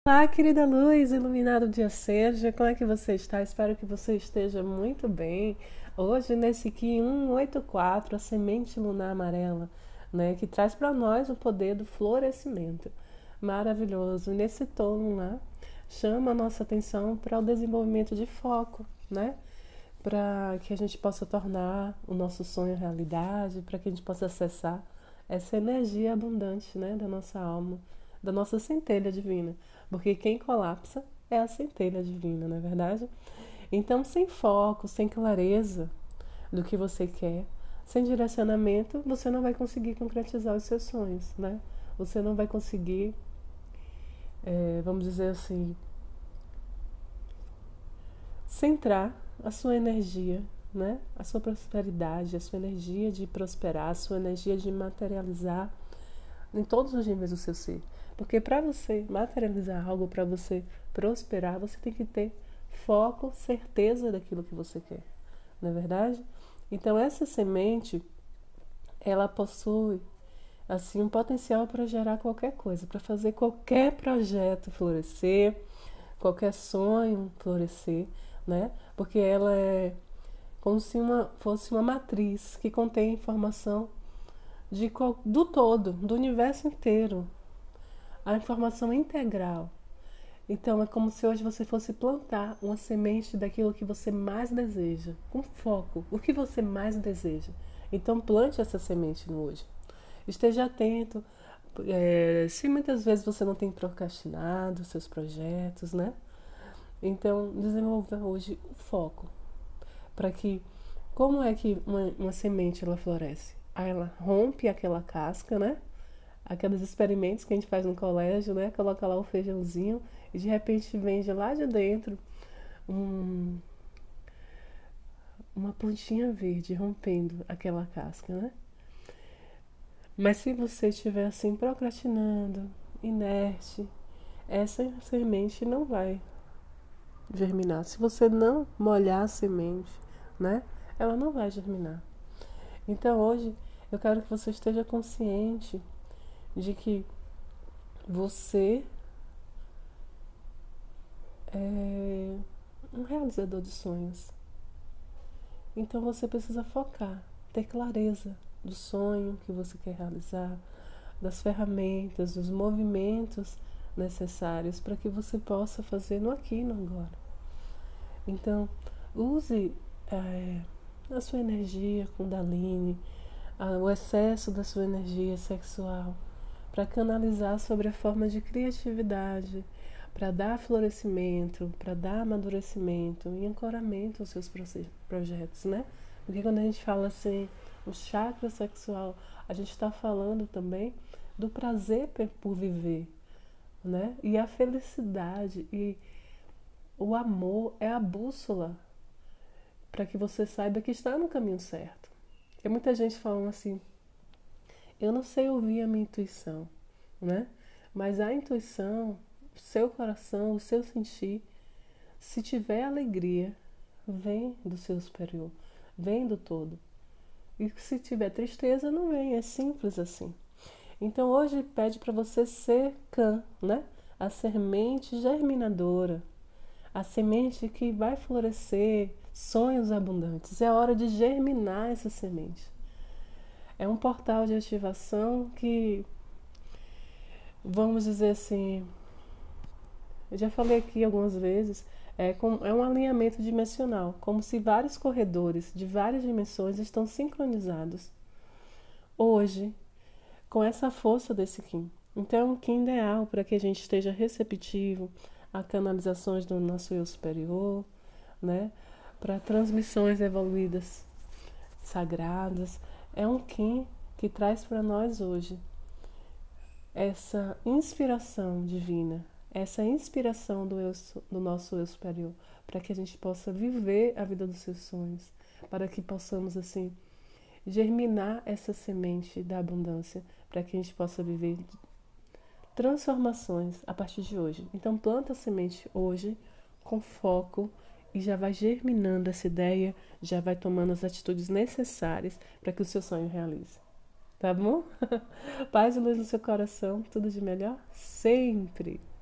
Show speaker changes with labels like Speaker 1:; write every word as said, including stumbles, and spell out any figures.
Speaker 1: Olá, querida luz, iluminado dia seja, como é que você está? Espero que você esteja muito bem. Hoje, nesse Ki cento e oitenta e quatro, a semente lunar amarela, né, que traz para nós o poder do florescimento. Maravilhoso. E nesse tom lá, chama a nossa atenção para o desenvolvimento de foco, né? Para que a gente possa tornar o nosso sonho realidade, para que a gente possa acessar essa energia abundante, né, da nossa alma, da nossa centelha divina. Porque quem colapsa é a centelha divina, não é verdade? Então, sem foco, sem clareza do que você quer, sem direcionamento, você não vai conseguir concretizar os seus sonhos, né? Você não vai conseguir, é, vamos dizer assim, centrar a sua energia, né? A sua prosperidade, a sua energia de prosperar, a sua energia de materializar em todos os níveis do seu ser. Porque para você materializar algo, para você prosperar, você tem que ter foco, certeza daquilo que você quer. Não é verdade? Então essa semente, ela possui assim um potencial para gerar qualquer coisa, para fazer qualquer projeto florescer, qualquer sonho florescer, né? Porque ela é como se uma, fosse uma matriz que contém informação de, do todo, do universo inteiro, a informação integral. Então é como se hoje você fosse plantar uma semente daquilo que você mais deseja, com foco, o que você mais deseja. Então plante essa semente no hoje. Esteja atento, é, se muitas vezes você não tem procrastinado seus projetos, né? Então desenvolva hoje o foco para que, como é que uma, uma semente ela floresce? Aí ela rompe aquela casca, né? Aqueles experimentos que a gente faz no colégio, né? Coloca lá o feijãozinho e de repente vem de lá de dentro um, uma plantinha verde rompendo aquela casca, né? Mas se você estiver assim procrastinando, inerte, essa semente não vai germinar. Se você não molhar a semente, né? Ela não vai germinar. Então hoje eu quero que você esteja consciente de que você é um realizador de sonhos. Então você precisa focar, ter clareza do sonho que você quer realizar, das ferramentas, dos movimentos necessários para que você possa fazer no aqui e no agora. Então, use é, a sua energia Kundalini, o excesso da sua energia sexual, para canalizar sobre a forma de criatividade, para dar florescimento, para dar amadurecimento e ancoramento aos seus projetos, né? Porque quando a gente fala assim, o chakra sexual, a gente está falando também do prazer por viver, né? E a felicidade e o amor é a bússola para que você saiba que está no caminho certo. Tem muita gente falando assim, eu não sei ouvir a minha intuição, né? Mas a intuição, o seu coração, o seu sentir, se tiver alegria, vem do seu superior, vem do todo. E se tiver tristeza, não vem, é simples assim. Então hoje pede para você ser Kan, né? A semente germinadora, a semente que vai florescer sonhos abundantes. É hora de germinar essa semente. É um portal de ativação que, vamos dizer assim, eu já falei aqui algumas vezes, é, com, é um alinhamento dimensional, como se vários corredores de várias dimensões estão sincronizados hoje com essa força desse Kim. Então é um Kim ideal para que a gente esteja receptivo a canalizações do nosso eu superior, né? Para transmissões evoluídas sagradas. É um Kim que traz para nós hoje essa inspiração divina, essa inspiração do, eu, do nosso eu superior, para que a gente possa viver a vida dos seus sonhos, para que possamos assim germinar essa semente da abundância, para que a gente possa viver transformações a partir de hoje. Então planta a semente hoje com foco e já vai germinando essa ideia, já vai tomando as atitudes necessárias para que o seu sonho realize. Tá bom? Paz e luz no seu coração, tudo de melhor sempre!